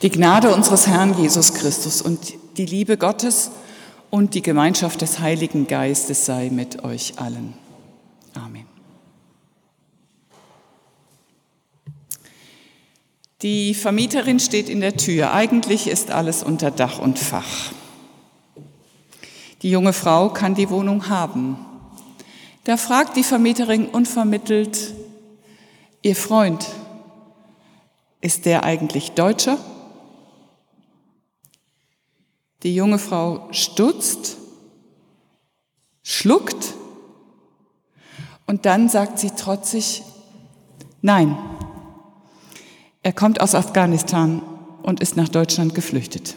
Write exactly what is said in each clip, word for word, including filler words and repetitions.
Die Gnade unseres Herrn Jesus Christus und die Liebe Gottes und die Gemeinschaft des Heiligen Geistes sei mit euch allen. Amen. Die Vermieterin steht in der Tür. Eigentlich ist alles unter Dach und Fach. Die junge Frau kann die Wohnung haben. Da fragt die Vermieterin unvermittelt: Ihr Freund, ist der eigentlich Deutscher? Die junge Frau stutzt, schluckt und dann sagt sie trotzig: Nein, er kommt aus Afghanistan und ist nach Deutschland geflüchtet.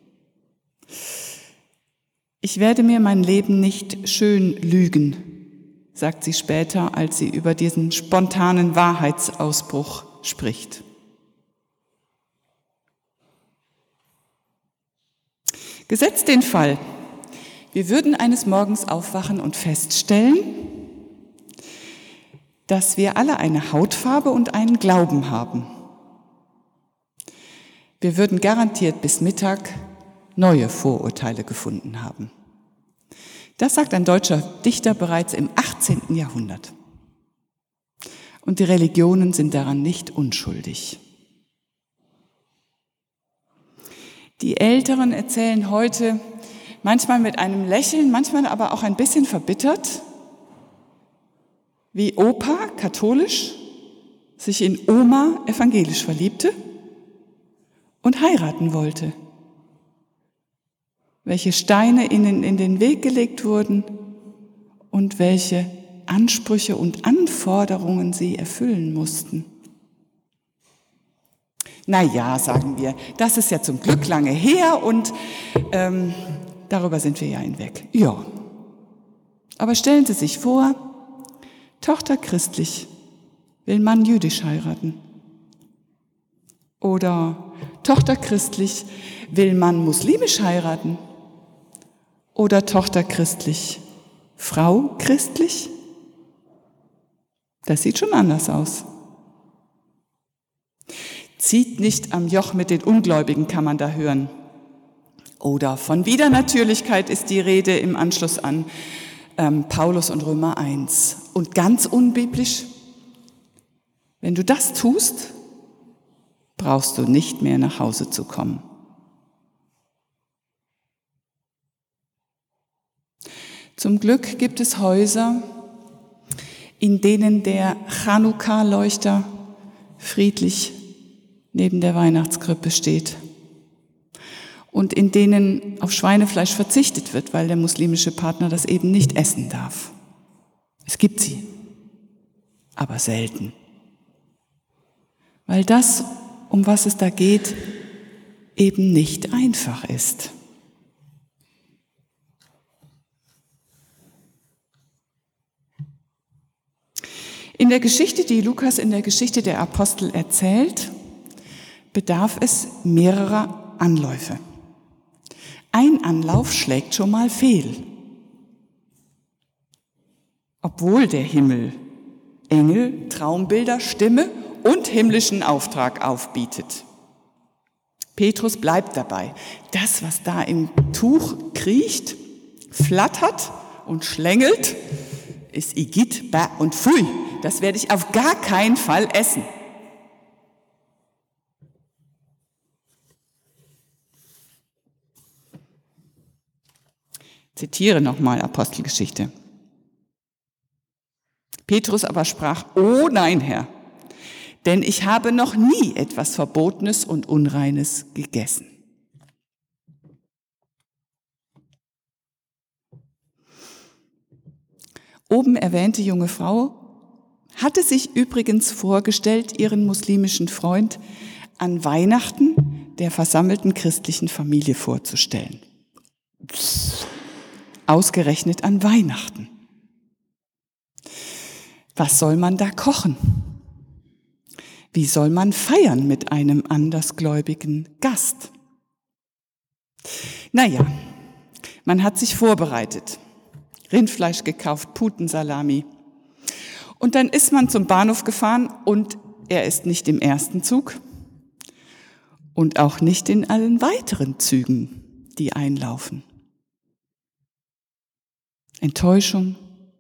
Ich werde mir mein Leben nicht schön lügen, sagt sie später, als sie über diesen spontanen Wahrheitsausbruch spricht. Gesetzt den Fall, wir würden eines Morgens aufwachen und feststellen, dass wir alle eine Hautfarbe und einen Glauben haben. Wir würden garantiert bis Mittag neue Vorurteile gefunden haben. Das sagt ein deutscher Dichter bereits im achtzehnten Jahrhundert. Und die Religionen sind daran nicht unschuldig. Die Älteren erzählen heute, manchmal mit einem Lächeln, manchmal aber auch ein bisschen verbittert, wie Opa, katholisch, sich in Oma, evangelisch, verliebte und heiraten wollte. Welche Steine ihnen in den Weg gelegt wurden und welche Ansprüche und Anforderungen sie erfüllen mussten. Na ja, sagen wir, das ist ja zum Glück lange her und ähm, darüber sind wir ja hinweg. Ja, aber stellen Sie sich vor, Tochter christlich, will Mann jüdisch heiraten. Oder Tochter christlich, will Mann muslimisch heiraten. Oder Tochter christlich, Frau christlich. Das sieht schon anders aus. Zieht nicht am Joch mit den Ungläubigen, kann man da hören. Oder von Widernatürlichkeit ist die Rede im Anschluss an ähm, Paulus und Römer eins. Und ganz unbiblisch, wenn du das tust, brauchst du nicht mehr nach Hause zu kommen. Zum Glück gibt es Häuser, in denen der Chanukka-Leuchter friedlich neben der Weihnachtskrippe steht und in denen auf Schweinefleisch verzichtet wird, weil der muslimische Partner das eben nicht essen darf. Es gibt sie, aber selten. Weil das, um was es da geht, eben nicht einfach ist. In der Geschichte, die Lukas in der Geschichte der Apostel erzählt, bedarf es mehrerer Anläufe. Ein Anlauf schlägt schon mal fehl. Obwohl der Himmel Engel, Traumbilder, Stimme und himmlischen Auftrag aufbietet. Petrus bleibt dabei. Das, was da im Tuch kriecht, flattert und schlängelt, ist Igitt, Bah und Pfui. Das werde ich auf gar keinen Fall essen. Zitiere nochmal Apostelgeschichte. Petrus aber sprach: O nein, Herr, denn ich habe noch nie etwas Verbotenes und Unreines gegessen. Oben erwähnte junge Frau hatte sich übrigens vorgestellt, ihren muslimischen Freund an Weihnachten der versammelten christlichen Familie vorzustellen. Ausgerechnet an Weihnachten. Was soll man da kochen? Wie soll man feiern mit einem andersgläubigen Gast? Naja, man hat sich vorbereitet. Rindfleisch gekauft, Putensalami. Und dann ist man zum Bahnhof gefahren und er ist nicht im ersten Zug. und auch nicht in allen weiteren Zügen, die einlaufen. Enttäuschung,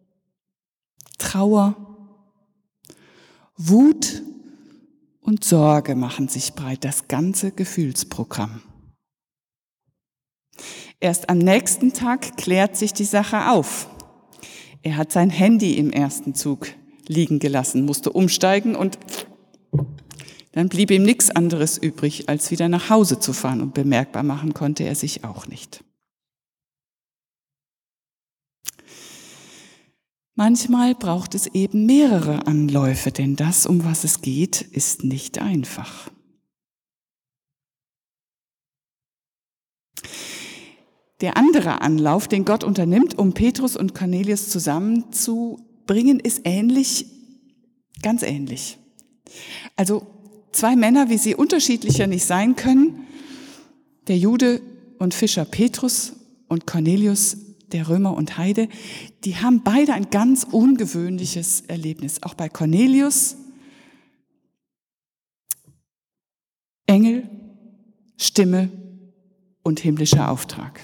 Trauer, Wut und Sorge machen sich breit, das ganze Gefühlsprogramm. Erst am nächsten Tag klärt sich die Sache auf. Er hat sein Handy im ersten Zug liegen gelassen, musste umsteigen und dann blieb ihm nichts anderes übrig, als wieder nach Hause zu fahren, und bemerkbar machen konnte er sich auch nicht. Manchmal braucht es eben mehrere Anläufe, denn das, um was es geht, ist nicht einfach. Der andere Anlauf, den Gott unternimmt, um Petrus und Cornelius zusammenzubringen, ist ähnlich, ganz ähnlich. Also zwei Männer, wie sie unterschiedlicher nicht sein können, der Jude und Fischer Petrus und Cornelius, der Römer und Heide, die haben beide ein ganz ungewöhnliches Erlebnis. Auch bei Cornelius Engel, Stimme und himmlischer Auftrag.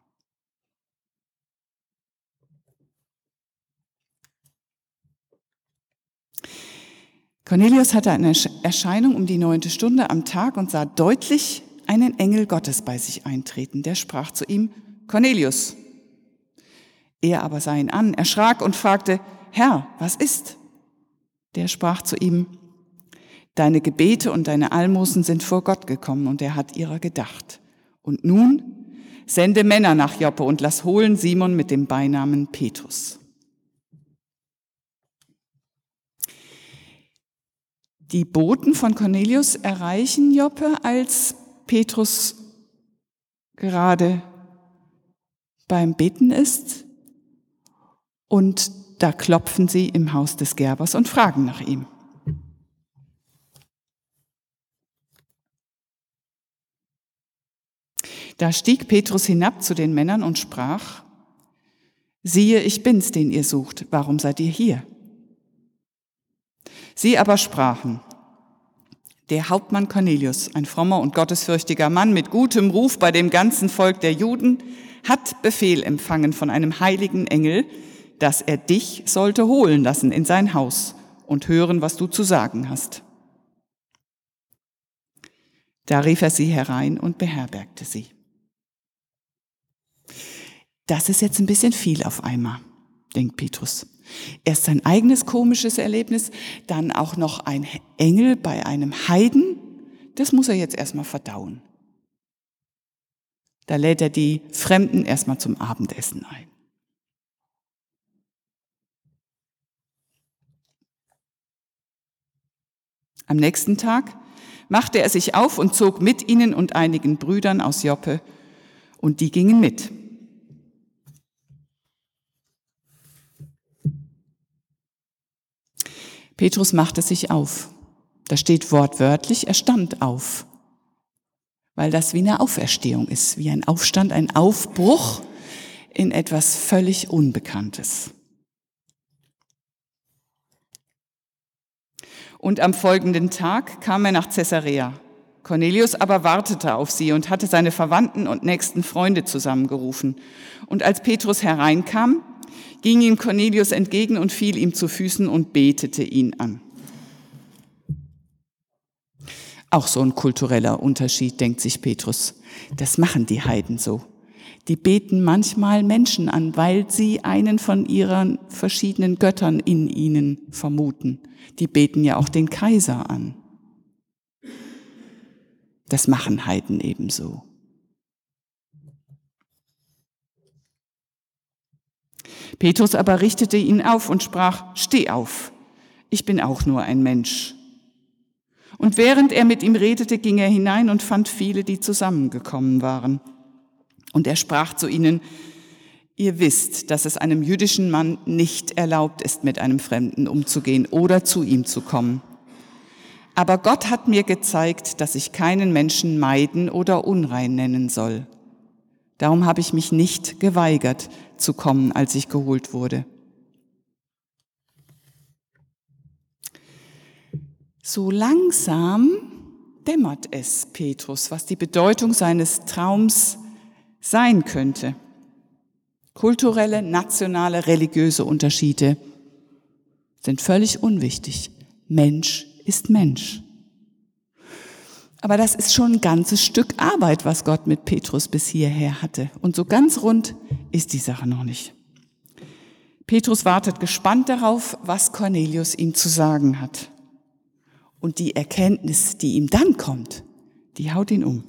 Cornelius hatte eine Erscheinung um die neunte Stunde am Tag und sah deutlich einen Engel Gottes bei sich eintreten. Der sprach zu ihm: Cornelius. Er aber sah ihn an, erschrak und fragte: Herr, was ist? Der sprach zu ihm: Deine Gebete und deine Almosen sind vor Gott gekommen, und er hat ihrer gedacht. Und nun sende Männer nach Joppe und lass holen Simon mit dem Beinamen Petrus. Die Boten von Cornelius erreichen Joppe, als Petrus gerade beim Beten ist, und da klopfen sie im Haus des Gerbers und fragen nach ihm. Da stieg Petrus hinab zu den Männern und sprach: Siehe, ich bin's, den ihr sucht, warum seid ihr hier? Sie aber sprachen: Der Hauptmann Cornelius, ein frommer und gottesfürchtiger Mann mit gutem Ruf bei dem ganzen Volk der Juden, hat Befehl empfangen von einem heiligen Engel, dass er dich sollte holen lassen in sein Haus und hören, was du zu sagen hast. Da rief er sie herein und beherbergte sie. Das ist jetzt ein bisschen viel auf einmal, denkt Petrus. Erst sein eigenes komisches Erlebnis, dann auch noch ein Engel bei einem Heiden. Das muss er jetzt erstmal verdauen. Da lädt er die Fremden erstmal zum Abendessen ein. Am nächsten Tag machte er sich auf und zog mit ihnen und einigen Brüdern aus Joppe, und die gingen mit. Petrus machte sich auf. Da steht wortwörtlich, er stand auf, weil das wie eine Auferstehung ist, wie ein Aufstand, ein Aufbruch in etwas völlig Unbekanntes. Und am folgenden Tag kam er nach Caesarea. Cornelius aber wartete auf sie und hatte seine Verwandten und nächsten Freunde zusammengerufen. Und als Petrus hereinkam, ging ihm Cornelius entgegen und fiel ihm zu Füßen und betete ihn an. Auch so ein kultureller Unterschied, denkt sich Petrus. Das machen die Heiden so. Die beten manchmal Menschen an, weil sie einen von ihren verschiedenen Göttern in ihnen vermuten. Die beten ja auch den Kaiser an. Das machen Heiden ebenso. Petrus aber richtete ihn auf und sprach: Steh auf, ich bin auch nur ein Mensch. Und während er mit ihm redete, ging er hinein und fand viele, die zusammengekommen waren. Und er sprach zu ihnen: Ihr wisst, dass es einem jüdischen Mann nicht erlaubt ist, mit einem Fremden umzugehen oder zu ihm zu kommen. Aber Gott hat mir gezeigt, dass ich keinen Menschen meiden oder unrein nennen soll. Darum habe ich mich nicht geweigert zu kommen, als ich geholt wurde. So langsam dämmert es Petrus, was die Bedeutung seines Traums sein könnte. Kulturelle, nationale, religiöse Unterschiede sind völlig unwichtig. Mensch ist Mensch. Aber das ist schon ein ganzes Stück Arbeit, was Gott mit Petrus bis hierher hatte. Und so ganz rund ist die Sache noch nicht. Petrus wartet gespannt darauf, was Cornelius ihm zu sagen hat. Und die Erkenntnis, die ihm dann kommt, die haut ihn um.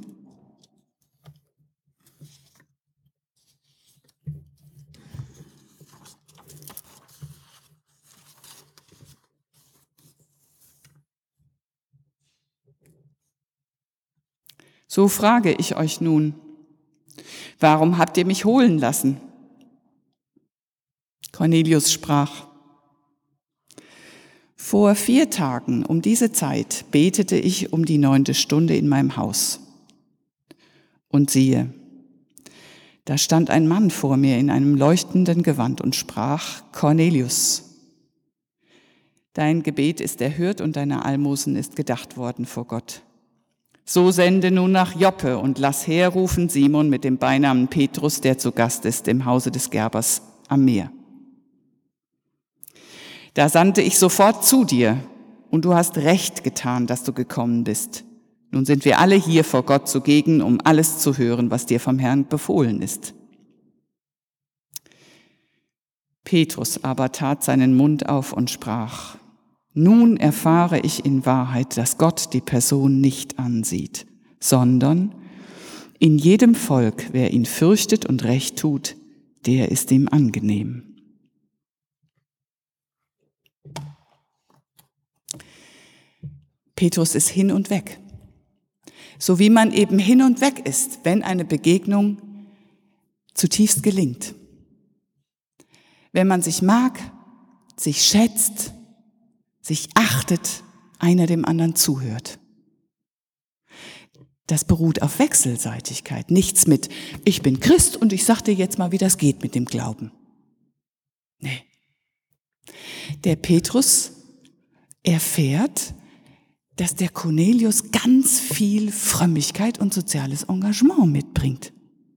So frage ich euch nun, warum habt ihr mich holen lassen? Cornelius sprach: Vor vier Tagen um diese Zeit betete ich um die neunte Stunde in meinem Haus. Und siehe, da stand ein Mann vor mir in einem leuchtenden Gewand und sprach: Cornelius, dein Gebet ist erhört und deine Almosen ist gedacht worden vor Gott. So sende nun nach Joppe und lass herrufen Simon mit dem Beinamen Petrus, der zu Gast ist im Hause des Gerbers am Meer. Da sandte ich sofort zu dir, und du hast recht getan, dass du gekommen bist. Nun sind wir alle hier vor Gott zugegen, um alles zu hören, was dir vom Herrn befohlen ist. Petrus aber tat seinen Mund auf und sprach: Nun erfahre ich in Wahrheit, dass Gott die Person nicht ansieht, sondern in jedem Volk, wer ihn fürchtet und Recht tut, der ist ihm angenehm. Petrus ist hin und weg. So wie man eben hin und weg ist, wenn eine Begegnung zutiefst gelingt. Wenn man sich mag, sich schätzt, sich achtet, einer dem anderen zuhört. Das beruht auf Wechselseitigkeit. Nichts mit, ich bin Christ und ich sag dir jetzt mal, wie das geht mit dem Glauben. Nee. Der Petrus erfährt, dass der Cornelius ganz viel Frömmigkeit und soziales Engagement mitbringt.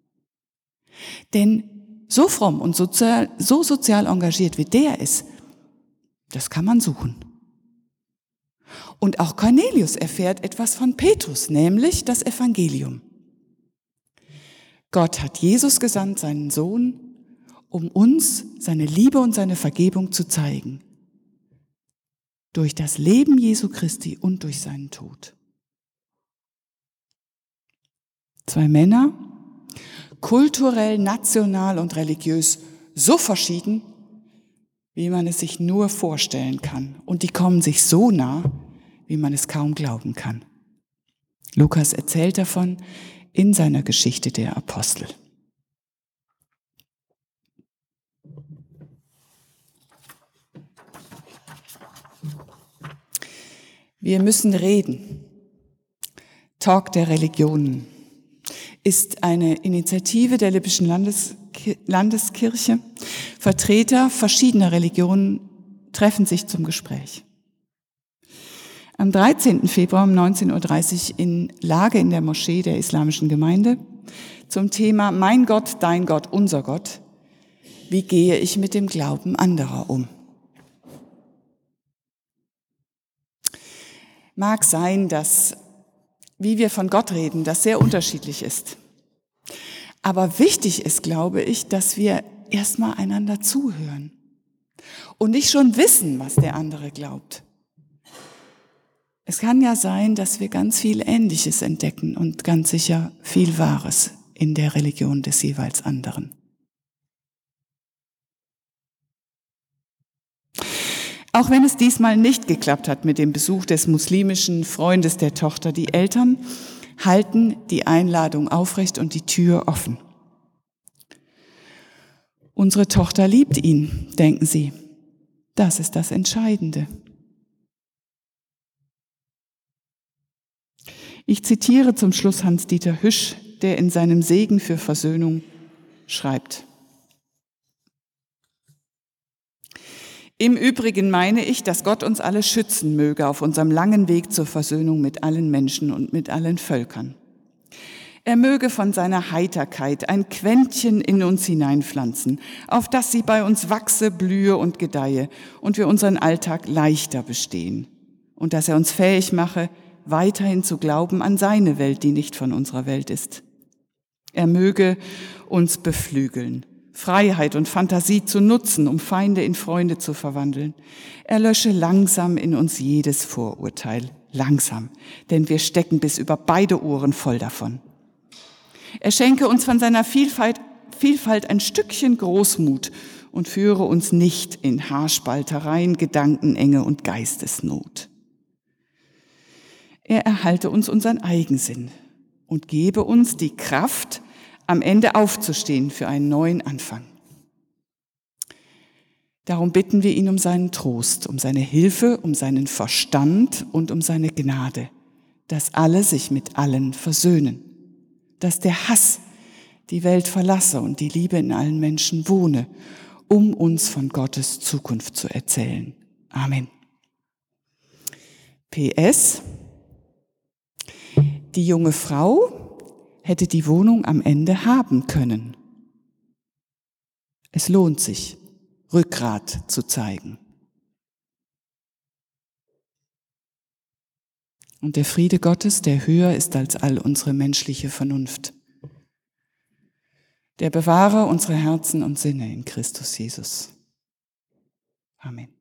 Denn so fromm und sozial, so sozial engagiert wie der ist, das kann man suchen. Und auch Cornelius erfährt etwas von Petrus, nämlich das Evangelium. Gott hat Jesus gesandt, seinen Sohn, um uns seine Liebe und seine Vergebung zu zeigen. Durch das Leben Jesu Christi und durch seinen Tod. Zwei Männer, kulturell, national und religiös so verschieden, wie man es sich nur vorstellen kann. Und die kommen sich so nah, wie man es kaum glauben kann. Lukas erzählt davon in seiner Geschichte der Apostel. Wir müssen reden. Talk der Religionen ist eine Initiative der Lippischen Landes- Landeskirche. Vertreter verschiedener Religionen treffen sich zum Gespräch. Am dreizehnten Februar um neunzehn Uhr dreißig in Lage in der Moschee der Islamischen Gemeinde zum Thema Mein Gott, dein Gott, unser Gott. Wie gehe ich mit dem Glauben anderer um? Mag sein, dass, wie wir von Gott reden, das sehr unterschiedlich ist. Aber wichtig ist, glaube ich, dass wir erstmal einander zuhören und nicht schon wissen, was der andere glaubt. Es kann ja sein, dass wir ganz viel Ähnliches entdecken und ganz sicher viel Wahres in der Religion des jeweils anderen. Auch wenn es diesmal nicht geklappt hat mit dem Besuch des muslimischen Freundes der Tochter, die Eltern halten die Einladung aufrecht und die Tür offen. Unsere Tochter liebt ihn, denken sie. Das ist das Entscheidende. Ich zitiere zum Schluss Hans-Dieter Hüsch, der in seinem Segen für Versöhnung schreibt: Im Übrigen meine ich, dass Gott uns alle schützen möge auf unserem langen Weg zur Versöhnung mit allen Menschen und mit allen Völkern. Er möge von seiner Heiterkeit ein Quäntchen in uns hineinpflanzen, auf dass sie bei uns wachse, blühe und gedeihe und wir unseren Alltag leichter bestehen. Und dass er uns fähig mache, weiterhin zu glauben an seine Welt, die nicht von unserer Welt ist. Er möge uns beflügeln, Freiheit und Fantasie zu nutzen, um Feinde in Freunde zu verwandeln. Er lösche langsam in uns jedes Vorurteil, langsam, denn wir stecken bis über beide Ohren voll davon. Er schenke uns von seiner Vielfalt, Vielfalt ein Stückchen Großmut und führe uns nicht in Haarspaltereien, Gedankenenge und Geistesnot. Er erhalte uns unseren Eigensinn und gebe uns die Kraft, am Ende aufzustehen für einen neuen Anfang. Darum bitten wir ihn um seinen Trost, um seine Hilfe, um seinen Verstand und um seine Gnade, dass alle sich mit allen versöhnen, dass der Hass die Welt verlasse und die Liebe in allen Menschen wohne, um uns von Gottes Zukunft zu erzählen. Amen. P S Die junge Frau hätte die Wohnung am Ende haben können. Es lohnt sich, Rückgrat zu zeigen. Und der Friede Gottes, der höher ist als all unsere menschliche Vernunft, der bewahre unsere Herzen und Sinne in Christus Jesus. Amen.